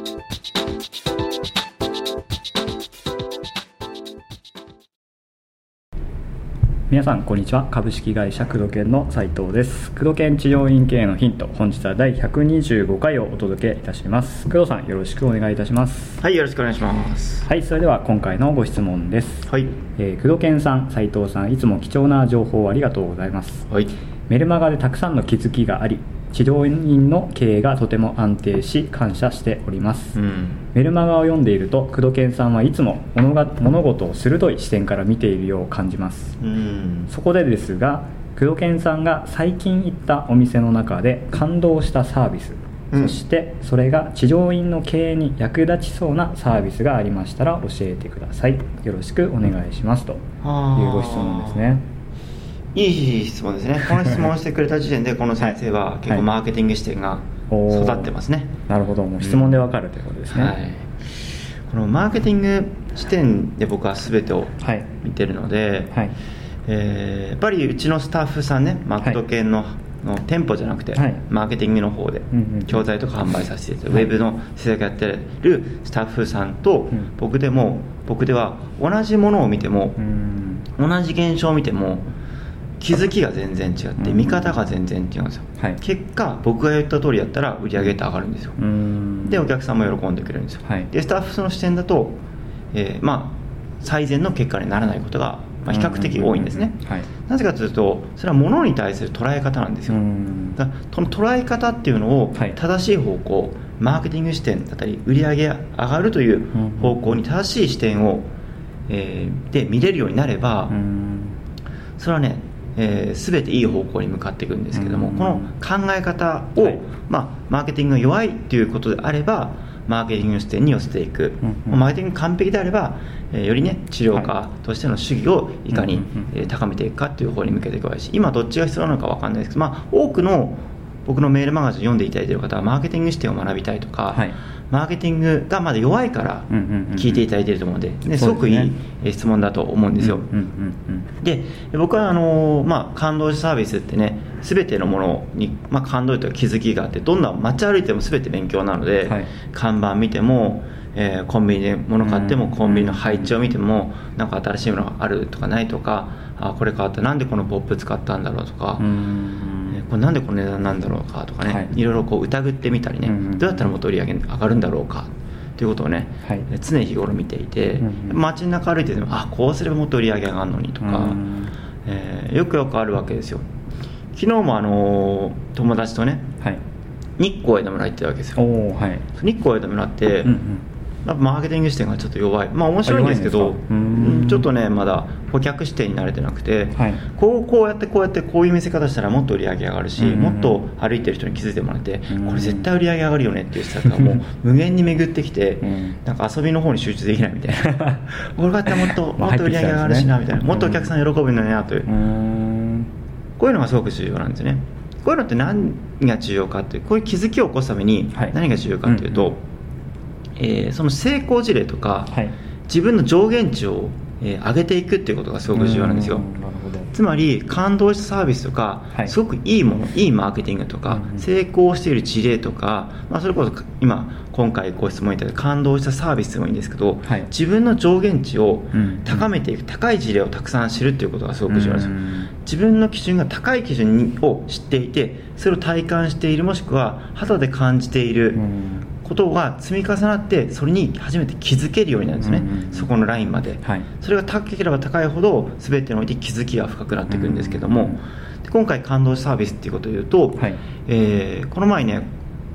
皆さんこんにちは。株式会社工藤研の斉藤です。工藤研治療院経営のヒント、本日は第125回をお届けいたします。工藤さん、よろしくお願いいたします。 はい、よろしくお願いします。 はい、それでは今回のご質問です。 はい。 工藤研さん、斉藤さん、いつも貴重な情報をありがとうございます。 はい。 メルマガでたくさんの気づきがあり、治療院の経営がとても安定し感謝しております。メルマガを読んでいると工藤研さんはいつも物事を鋭い視点から見ているよう感じます。そこでですが、工藤研さんが最近行ったお店の中で感動したサービス、そしてそれが治療院の経営に役立ちそうなサービスがありましたら教えてください。よろしくお願いしますというご質問ですね。 いい質問ですね。この質問をしてくれた時点でこの先生は結構マーケティング視点が育ってますね。 なるほど、もう質問でわかるということですね。 はい、このマーケティング視点で僕は全てを見てるので、やっぱりうちのスタッフさんね、工藤研の店舗じゃなくて、マーケティングの方で教材とか販売させていただいて、ウェブの制作やってるスタッフさんと僕では同じものを見ても、同じ現象を見ても気づきが全然違って見方が全然違うんですよ。結果僕が言った通りやったら売り上げって上がるんですよ。でお客さんも喜んでくれるんですよ。でスタッフの視点だと、最善の結果にならないことが比較的多いんですね。なぜかというと、それは物に対する捉え方なんですよ。だからこの捉え方っていうのを正しい方向、マーケティング視点だったり売り上げが上がるという方向に正しい視点を、で見れるようになれば、それはね、全ていい方向に向かっていくんですけども、この考え方を、マーケティングが弱いということであればマーケティングの視点に寄せていく、マーケティング完璧であれば、よりね治療家としての主義をいかに、高めていくかという方に向けていくわけです。今どっちが必要なのか分かんないですけど、多くの僕のメールマガジンを読んでいただいている方はマーケティング視点を学びたいとか、マーケティングがまだ弱いから聞いていただいていると思うので、すごくいい質問だと思うんですよ。で僕は感動サービスってね、全てのものに、感動というか気づきがあって、どんな街歩いても全て勉強なので、看板見ても、コンビニで物買ってもコンビニの配置を見ても、なんか新しいものがあるとかないとか、これ変わった、なんでこのポップ使ったんだろうとか、これなんでこの値段なんだろうかとかね、いろいろ疑ってみたりね、どうやったらもっと売り上げ上がるんだろうかということをね、常日頃見ていて、街の中歩いてても、こうすればもっと売り上げ上がるのにとか、よくあるわけですよ。昨日も友達とね、日光江戸村行ってるわけですよ。日光江戸村って、マーケティング視点がちょっと弱い、面白いんですけど、ちょっとねまだ顧客視点に慣れてなくて、こうやってこういう見せ方したらもっと売り上げ上がるし、もっと歩いてる人に気づいてもらって、これ絶対売り上げ上がるよねっていう人がもう無限に巡ってきて、なんか遊びの方に集中できないみたいなこれだったらもっと売り上げ上がるしなみたいな、もっとお客さん喜ぶのになという、こういうのがすごく重要なんですよね。こういうのって何が重要かっていう、こういう気づきを起こすために何が重要かというと、その成功事例とか、自分の上限値を、上げていくっていうことがすごく重要なんですよ。つまり感動したサービスとか、すごくいいもの、いいマーケティングとか、成功している事例とか、それこそ今回ご質問いただいた感動したサービスでもいいんですけど、自分の上限値を高めていく、高い事例をたくさん知るっていうことがすごく重要なんですよ。自分の基準が高い基準を知っていて、それを体感している、もしくは肌で感じていることが積み重なって、それに初めて気づけるようになるんですね。そこのラインまで、それが高ければ高いほど全てにおいて気づきが深くなっていくんですけども、今回感動サービスっていうことを言うと、この前ね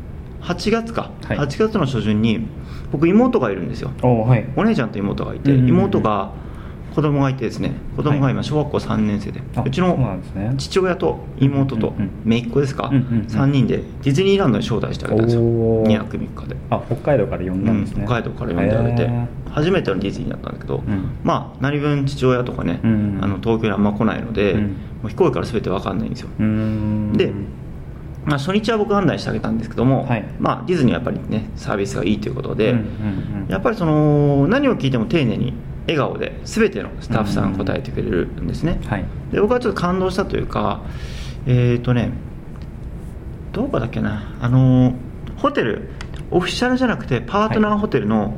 8月の初旬に僕妹がいるんですよ。お姉ちゃんと妹がいて、妹が子供がいてですね、子供が今小学校3年生で、うちの父親と妹と姪っ子ですか、3人でディズニーランドに招待してあげたんですよ。2泊3日で。 北海道から呼んだんですね。 北海道から呼んであげて、初めてのディズニーだったんだけど、何分父親とかね、東京にあんま来ないので、もう飛行機から全て分かんないんですよ。で初日は僕案内してあげたんですけども、ディズニーはやっぱりねサービスがいいということで、やっぱりその何を聞いても丁寧に笑顔で全てのスタッフさんが答えてくれるんですね。で僕はちょっと感動したというか、どこだっけな、ホテルオフィシャルじゃなくてパートナーホテルの、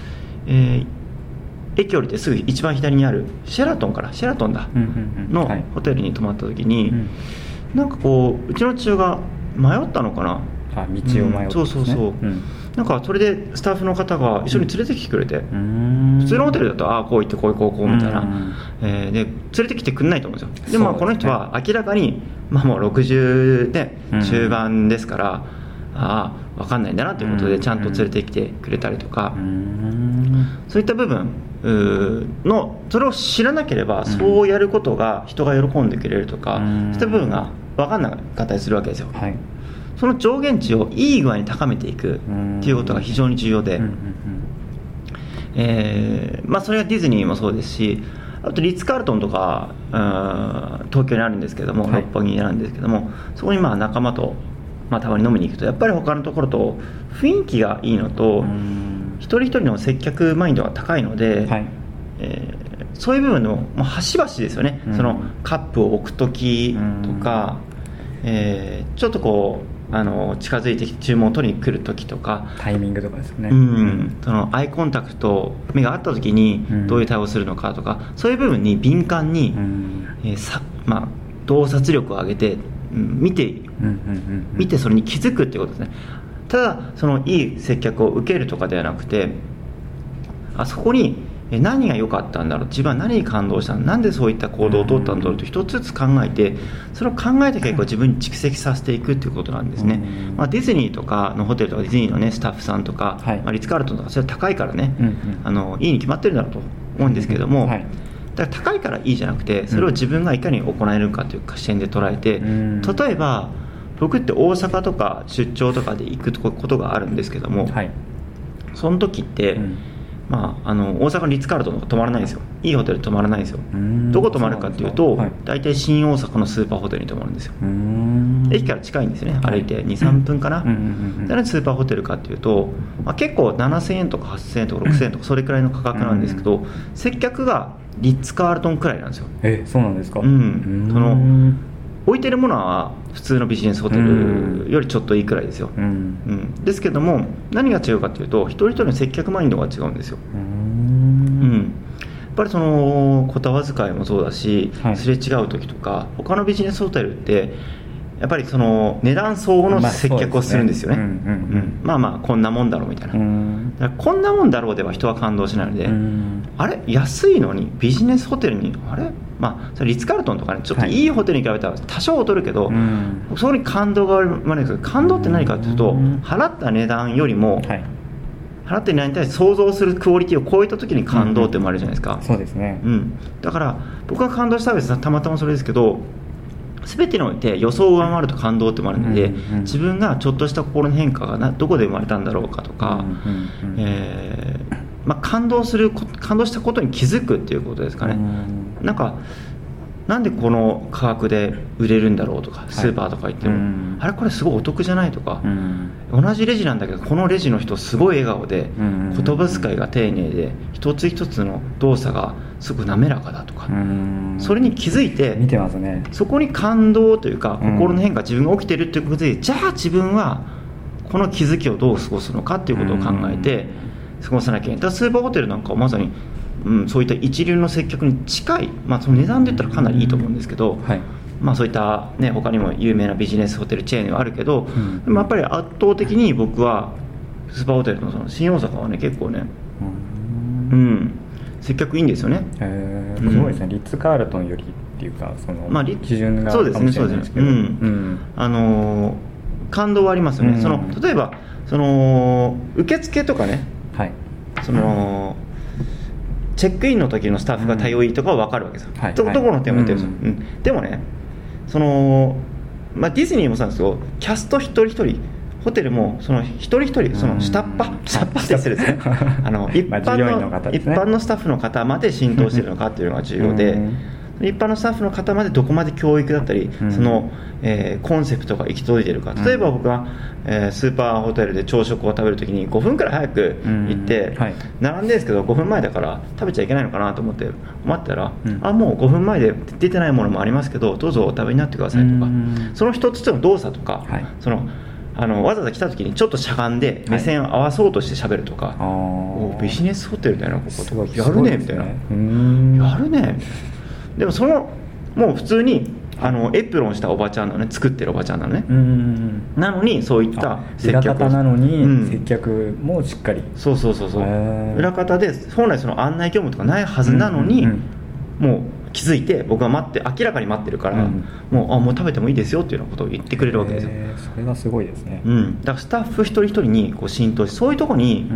駅降りてすぐ一番左にあるシェラトンだのホテルに泊まった時に、なんかこううちの父親が迷ったのかな、 道を迷ったんですね。 そう、なんかそれでスタッフの方が一緒に連れてきてくれて、普通のホテルだとこう行ってこうみたいな、で連れてきてくれないと思うんですよ。でこの人は明らかに、もう60で中盤ですから、分かんないんだなということでちゃんと連れてきてくれたりとか、そういった部分のそれを知らなければ、そうやることが人が喜んでくれるとか、そういった部分が分かんなかったりするわけですよ。その上限値をいい具合に高めていくっていうことが非常に重要で、それがディズニーもそうですし、あとリッツ・カールトンとか東京にあるんですけども、六本木にあるんですけども、そこに仲間と、たまに飲みに行くとやっぱり他のところと雰囲気がいいのと、一人一人の接客マインドが高いので、そういう部分の端々ですよね、そのカップを置くときとか、ちょっとこう近づいてきて注文を取りに来るときとか、 タイミングとかですよね、 そのアイコンタクト、目が合ったときにどういう対応をするのかとか、そういう部分に敏感に、洞察力を上げて見てそれに気づくっていうことですね。ただそのいい接客を受けるとかではなくて、そこに何が良かったんだろう、自分は何に感動したんだ、なんでそういった行動を取ったんだろうと一つずつ考えて、それを考えた結果自分に蓄積させていくっていうことなんですね。ディズニーとかのホテルとかディズニーの、スタッフさんとか、リッツ・カールトンとかそれは高いからね、いいに決まってるんだろうと思うんですけども、だから高いからいいじゃなくて、それを自分がいかに行えるかという視点で捉えて、例えば僕って大阪とか出張とかで行くことがあるんですけども、その時って、大阪のリッツ・カールトンとか泊まらないんですよ。いいホテル泊まらないんですよ。どこ泊まるかっていうと、大体新大阪のスーパーホテルに泊まるんですよ。駅から近いんですね、歩いて 2,3 分かな。誰のスーパーホテルかっていうと、結構7000円とか8000円とか6000円とかそれくらいの価格なんですけど、接客がリッツ・カールトンくらいなんですよ。 そうなんですか。 その置いてるものは普通のビジネスホテルよりちょっといいくらいですよ。ですけども何が違うかというと、一人一人の接客マインドが違うんですよ。やっぱりその言葉遣いもそうだし、すれ違う時とか、他のビジネスホテルってやっぱりその値段相応の接客をするんですよね。こんなもんだろうみたいな、だからこんなもんだろうでは人は感動しないので、あれ安いのにビジネスホテルにそれリッツ・カールトンとかね、ちょっといいホテルに比べたら多少劣るけど、そこに感動が生まれるんですけど、感動って何かというと、払った値段よりも、払ってる値段に対して想像するクオリティを超えた時に感動って生まれるじゃないですか。 そうですね。 だから僕が感動した別にたまたまそれですけど、全てにおいて予想を上回ると感動って生まれるので、自分がちょっとした心の変化がどこで生まれたんだろうかとか、感動したことに気づくっていうことですかね。なんでこの価格で売れるんだろうとか、スーパーとか行っても、あれこれすごいお得じゃないとか、同じレジなんだけどこのレジの人すごい笑顔で、言葉遣いが丁寧で、一つ一つの動作がすごく滑らかだとか、それに気づいて見てますね。 そこに感動というか心の変化、自分が起きてるっていうことで、じゃあ自分はこの気づきをどう過ごすのかっていうことを考えて過ごさなきゃいけない。だからスーパーホテルなんかはまさにそういった一流の接客に近い、その値段で言ったらかなりいいと思うんですけど、そういった、他にも有名なビジネスホテルチェーンはあるけど、でもやっぱり圧倒的に僕はスーパーホテルのその新大阪はね、結構ね、接客いいんですよね。 すごいですね。リッツ・カールトンよりっていうか、その基準がかもしれないですけど、 感動はありますよね。例えばその受付とかね、そのチェックインの時のスタッフが対応いいとかは分かるわけですよ。どこの点も言ってるんですよ。でもね、そのディズニーもそうなんですけど、キャスト一人一人、ホテルもその一人一人、その下っ端って失礼ですね。一般のスタッフの方まで浸透しているのかっていうのが重要で、一般のスタッフの方までどこまで教育だったり、そのコンセプトが行き届いているか。例えば僕はスーパーホテルで朝食を食べるときに5分くらい早く行って並んでるんですけど、5分前だから食べちゃいけないのかなと思って待ったら、もう5分前で出てないものもありますけどどうぞお食べになってくださいとか、その一つの動作とか、そのわざわざ来た時にちょっとしゃがんで目線を合わそうとして喋るとか、ビジネスホテルみたいなことやるねみたいな、やるね。でももう普通にエプロンしたおばちゃんなのね、作ってるおばちゃんなのね。なのにそういった接客、裏方なのに接客もしっかり、 そう裏方で本来その案内業務とかないはずなのに、もう気づいて僕は明らかに待ってるから、もう食べてもいいですよっていうようなことを言ってくれるわけですよ。 それがすごいですね。 だからスタッフ一人一人にこう浸透して、そういうところに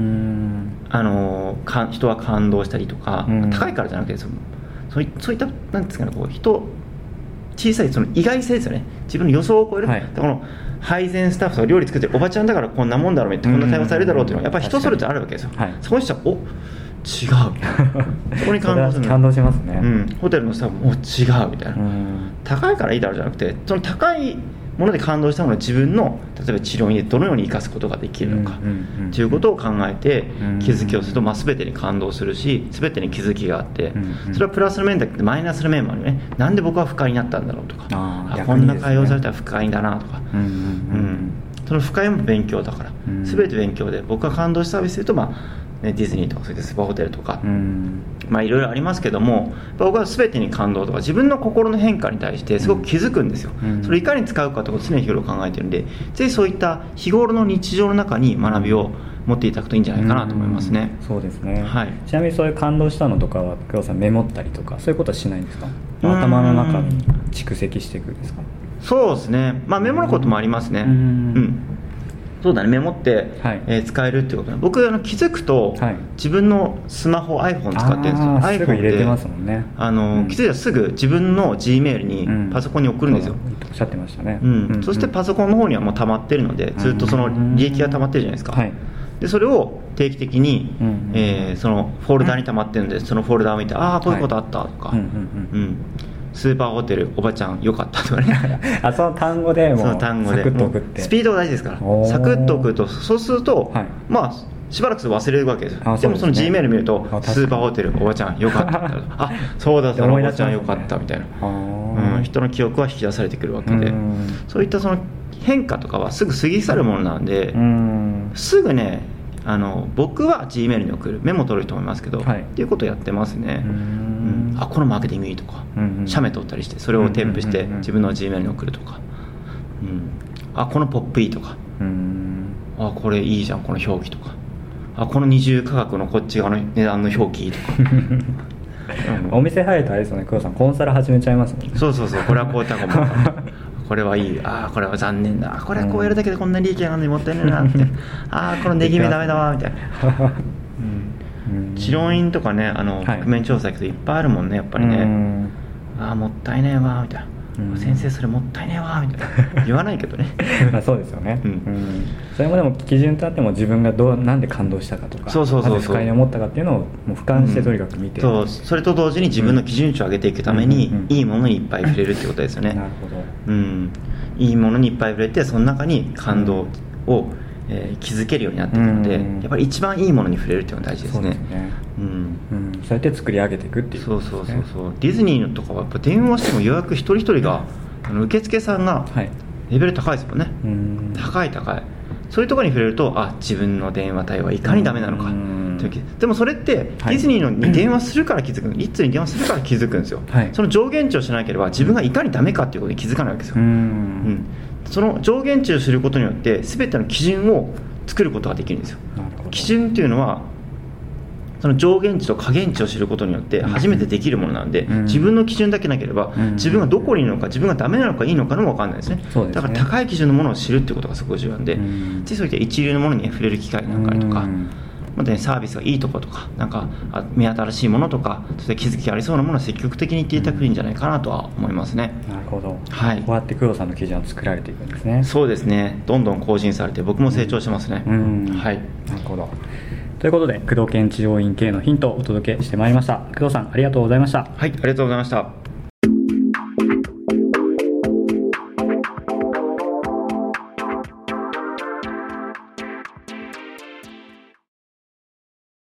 人は感動したりとか、高いからじゃなくてそういったなんですかね、こう小さいその意外性ですよね。自分の予想を超える、この配膳スタッフとか料理作ってるおばちゃんだからこんなもんだろうって、こんな対応されるだろうっていうのはやっぱり人それぞれあるわけですよ。そこにしては違うそこに感動しますね。 ホテルのスタッフも違うみたいな、高いからいいだろうじゃなくて、その高いもので感動したものを自分の例えば治療院でどのように生かすことができるのかということを考えて気づきをすると、全てに感動するし、全てに気づきがあって、それはプラスの面だけどマイナスの面もあるよね。なんで僕は不快になったんだろうとか、こんな対応されたら不快だなとか、その不快も勉強だから、全て勉強で、僕が感動したサービスでいうと、ディズニーとかそういったスーパーホテルとか、いろいろありますけども、僕は全てに感動とか自分の心の変化に対してすごく気づくんですよ。それをいかに使うかとか常に日頃考えてるんで、ぜひそういった日頃の日常の中に学びを持っていただくといいんじゃないかなと思いますね。 そうですね、ちなみにそういう感動したのとかは工藤さんメモったりとかそういうことはしないんですか？頭の中に蓄積していくんですか？ そうですね、メモることもありますね。そうだね、メモって、使えるっていうことね。僕気づくと、自分のスマホ iPhone 使ってるんですよ。 iPhone 入れてますもんね。 気づいたらすぐ自分の G メールにパソコンに送るんですよ。 おっしゃってましたね。 そしてパソコンの方にはもう溜まってるので、ずっとその利益が溜まってるじゃないですか。でそれを定期的に、そのフォルダに溜まってるので、そのフォルダを見て、こういうことあったとか、スーパーホテルおばちゃんよかったとかねその単語でもサクッと送って、 スピードが大事ですから、サクッと送ると、そうすると、しばらくすると忘れるわけですよ。でもその G メール見ると、スーパーホテルおばちゃんよかったそうだ、そのおばちゃんよかったみたいな、人の記憶は引き出されてくるわけで、そういったその変化とかはすぐ過ぎ去るものなんで、すぐね、僕は G メールに送る、メモ取る人もいますけど、っていうことをやってますね。このマーケティングいいとか、写メ撮ったりしてそれを添付して自分の G メールに送るとか、このポップいいとか、これいいじゃんこの表記とか、この二重価格のこっち側の値段の表記いいとかお店入るとあれですよね、工藤さんコンサル始めちゃいますもんね。 そうこれはこういったかもこれはいい、これは残念だ、これはこうやるだけでこんな利益があるのにもったいないなってこのネギ目ダメだわみたいな治療院とかね、覆面調査行くといっぱいあるもんね、やっぱりね。もったいねえわみたいな、先生それもったいねえわみたいな言わないけどねそうですよね。それもでも基準とあっても自分がなんで感動したかとか、なぜ不快に思ったかっていうのをもう俯瞰してとにかく見て、 それと同時に自分の基準値を上げていくために、いいものにいっぱい触れるってことですよね。 なるほど。 いいものにいっぱい触れて、その中に感動を気づけるようになっていくので、やっぱり一番いいものに触れるっていうのが大事ですね。 そうやって作り上げていくっていうことですね。 ディズニーとかはやっぱ電話しても予約一人一人が、受付さんがレベル高いですもんね。高いそういうところに触れると、自分の電話対応はいかにダメなのか。でもそれってディズニーに電話するから気づく、リッツに電話するから気づくんですよ。その上限値をしなければ自分がいかにダメかっていうことに気づかないわけですよ。その上限値をすることによって全ての基準を作ることができるんですよ。基準っていうのはその上限値と下限値を知ることによって初めてできるものなので、自分の基準だけなければ自分がどこにいるのか、自分がダメなのかいいのかのも分かんないですね。だから高い基準のものを知るってことがすごく重要なんで、ぜひそういった一流のものに触れる機会なんかとか、またサービスがいいところとか、なんか目新しいものとか、そして気づきがありそうなものを積極的に言っていただくといいんじゃないかなとは思いますね。 なるほど。こうやって工藤さんの基準を作られていくんですね。 そうですね、どんどん更新されて僕も成長してますね。なるほど。ということで工藤研治療院系のヒントをお届けしてまいりました。工藤さんありがとうございました。 ありがとうございました。